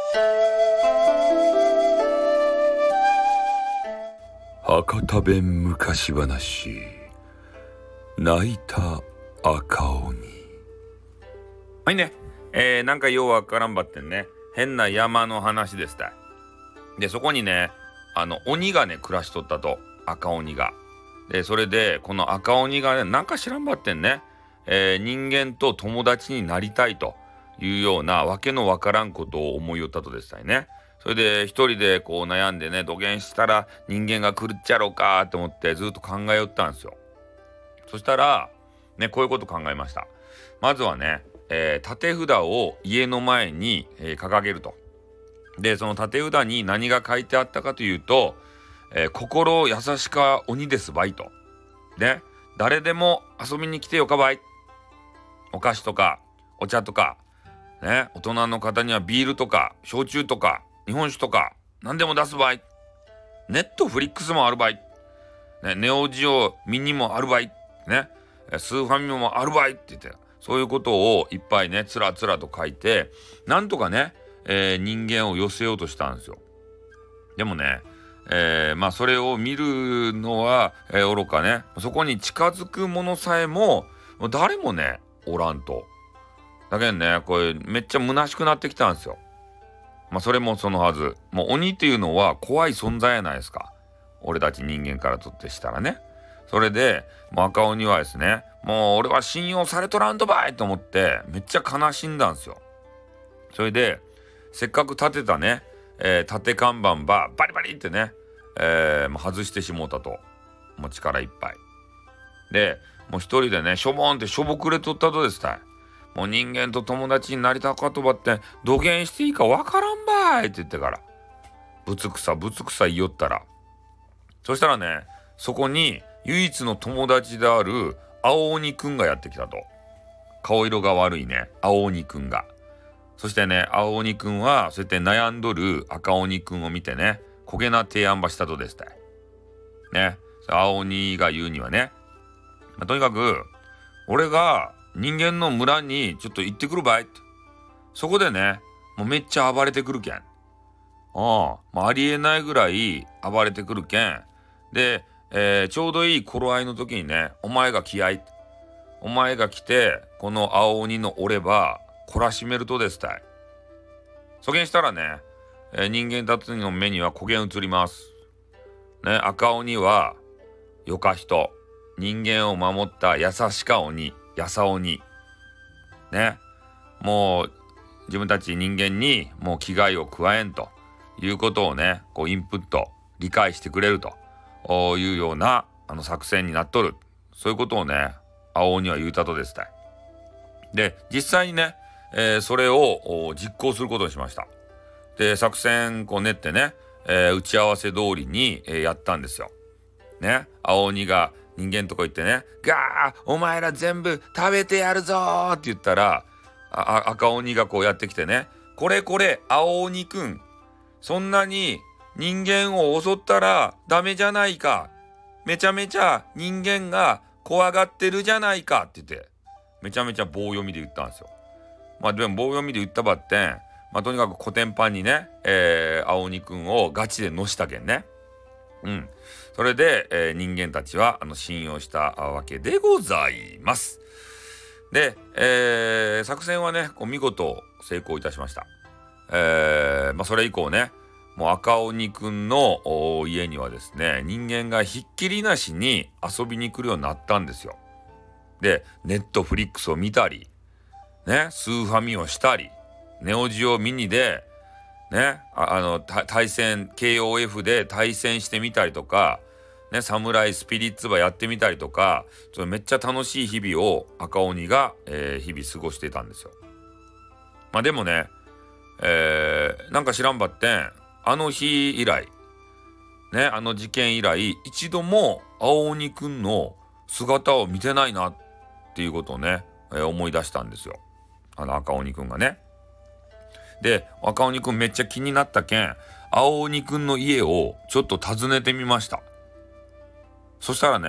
博多弁昔話、泣いた赤鬼。はいね、なんかようわからんばってんね、変な山の話ですたい。でそこにね、鬼がね暮らしとったと、赤鬼が。でそれでこの赤鬼がね、なんか知らんばってんね、人間と友達になりたいというようなわけのわからんことを思いよったとですたいね。それで一人でこう悩んでね、土下したら人間が来るっちゃろうかと思ってずっと考えよったんですよ。そしたらね、こういうこと考えました。まずはね、立て札を家の前に、掲げると。でその立て札に何が書いてあったかというと、心優しか鬼ですばいと。ね、誰でも遊びに来てよかばい。お菓子とかお茶とかね、大人の方にはビールとか焼酎とか日本酒とか何でも出すばい。ネットフリックスもあるばい。ね、ネオジオミニもあるばい。ね、スーファミもあるばいって言って、そういうことをいっぱいねつらつらと書いて、なんとかね、人間を寄せようとしたんですよ。でもね、それを見るのは、愚かね、そこに近づくものさえも誰もねおらんと。だけどね、これめっちゃ虚しくなってきたんですよ。それもそのはず。もう鬼っていうのは怖い存在やないですか。俺たち人間からとってしたらね。それでもう赤鬼はですね、もう俺は信用されとらんとばいと思ってめっちゃ悲しんだんですよ。それでせっかく立てたね、立て看板ばバリバリってね、もう外してしもうたと。もう力いっぱいで、もう一人でねしょぼんってしょぼくれとったとですたい。もう人間と友達になりたかとばって土下していいかわからんばいって言ってからぶつくさ言いよったら、そしたらね、そこに唯一の友達である青鬼くんがやってきたと。顔色が悪いね青鬼くんが。そしてね、青鬼くんはそうやって悩んどる赤鬼くんを見てね、こげな提案ばしたとですたいね。青鬼が言うにはね、とにかく俺が人間の村にちょっと行ってくるばいって。そこでね、もうめっちゃ暴れてくるけん。もうありえないぐらい暴れてくるけん。で、ちょうどいい頃合いの時にね、お前が来て、この青鬼の俺ば懲らしめるとですたい。そげんしたらね、人間たちの目には焦げん映ります。ね、赤鬼はよか人、人間を守った優しか鬼、やさ鬼。ね、もう自分たち人間にもう危害を加えんということをね、こうインプット理解してくれるというような作戦になっとる。そういうことをね青鬼は言うたとですたい。で実際にね、それを実行することにしました。で作戦こう練ってね、打ち合わせ通りに、やったんですよ。ね、青鬼が人間とこ行ってね、ガーお前ら全部食べてやるぞーって言ったら、赤鬼がこうやってきてね、これ青鬼くん、そんなに人間を襲ったらダメじゃないか、めちゃめちゃ人間が怖がってるじゃないかって言って、めちゃめちゃ棒読みで言ったんですよ。でも棒読みで言ったばってん、とにかくコテンパンにね、青鬼くんをガチでのしたけんね。それで、人間たちは信用したわけでございます。で、作戦はねこう見事成功いたしました。それ以降ね、もう赤鬼くんの家にはですね、人間がひっきりなしに遊びに来るようになったんですよ。でネットフリックスを見たりね、スーファミをしたり、ネオジオミニでね、対戦 KOF で対戦してみたりとかね、サムライスピリッツバやってみたりとか、めっちゃ楽しい日々を赤鬼が、日々過ごしてたんですよ。でもね、なんか知らんばってん、あの日以来ね、あの事件以来一度も青鬼くんの姿を見てないなっていうことをね、思い出したんですよ、赤鬼くんがね。で赤鬼くんめっちゃ気になったけん、青鬼くんの家をちょっと訪ねてみました。そしたらね、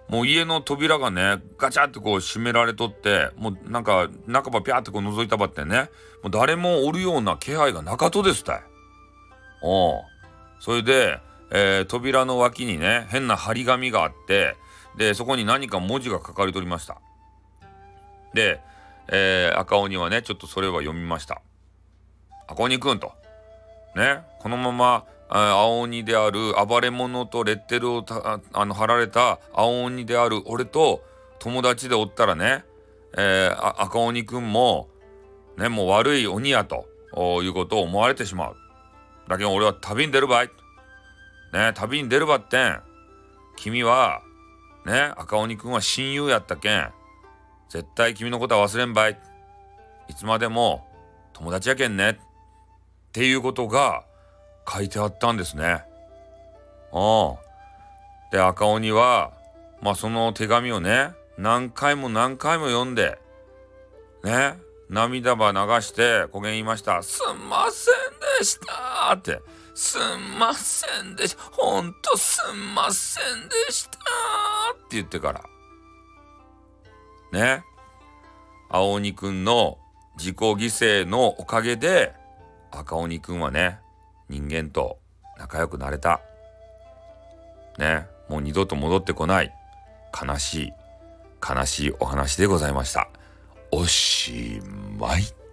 もう家の扉がねガチャってこう閉められとって、もうなんか中ばピャーってこう覗いたばってね、もう誰もおるような気配がなかとですたい。それで、扉の脇にね変な張り紙があって、でそこに何か文字が書かれておりました。で、赤鬼はねちょっとそれは読みました。赤鬼くんとね、このまま青鬼である暴れ者とレッテルを貼られた青鬼である俺と友達でおったらね、赤鬼くんもねもう悪い鬼やということを思われてしまう。だけど俺は旅に出るばい。ね、旅に出るばってん。君はね赤鬼くんは親友やったけん、絶対君のことは忘れんばい。いつまでも友達やけんねっていうことが書いてあったんですね。で赤鬼はその手紙をね何回も何回も読んでね涙ば流してこげん言いました。すんませんでしたって。すんませんでした。ほんとすんませんでしたって言ってからね、青鬼くんの自己犠牲のおかげで赤鬼くんはね人間と仲良くなれたね。もう二度と戻ってこない悲しいお話でございました。おしまい。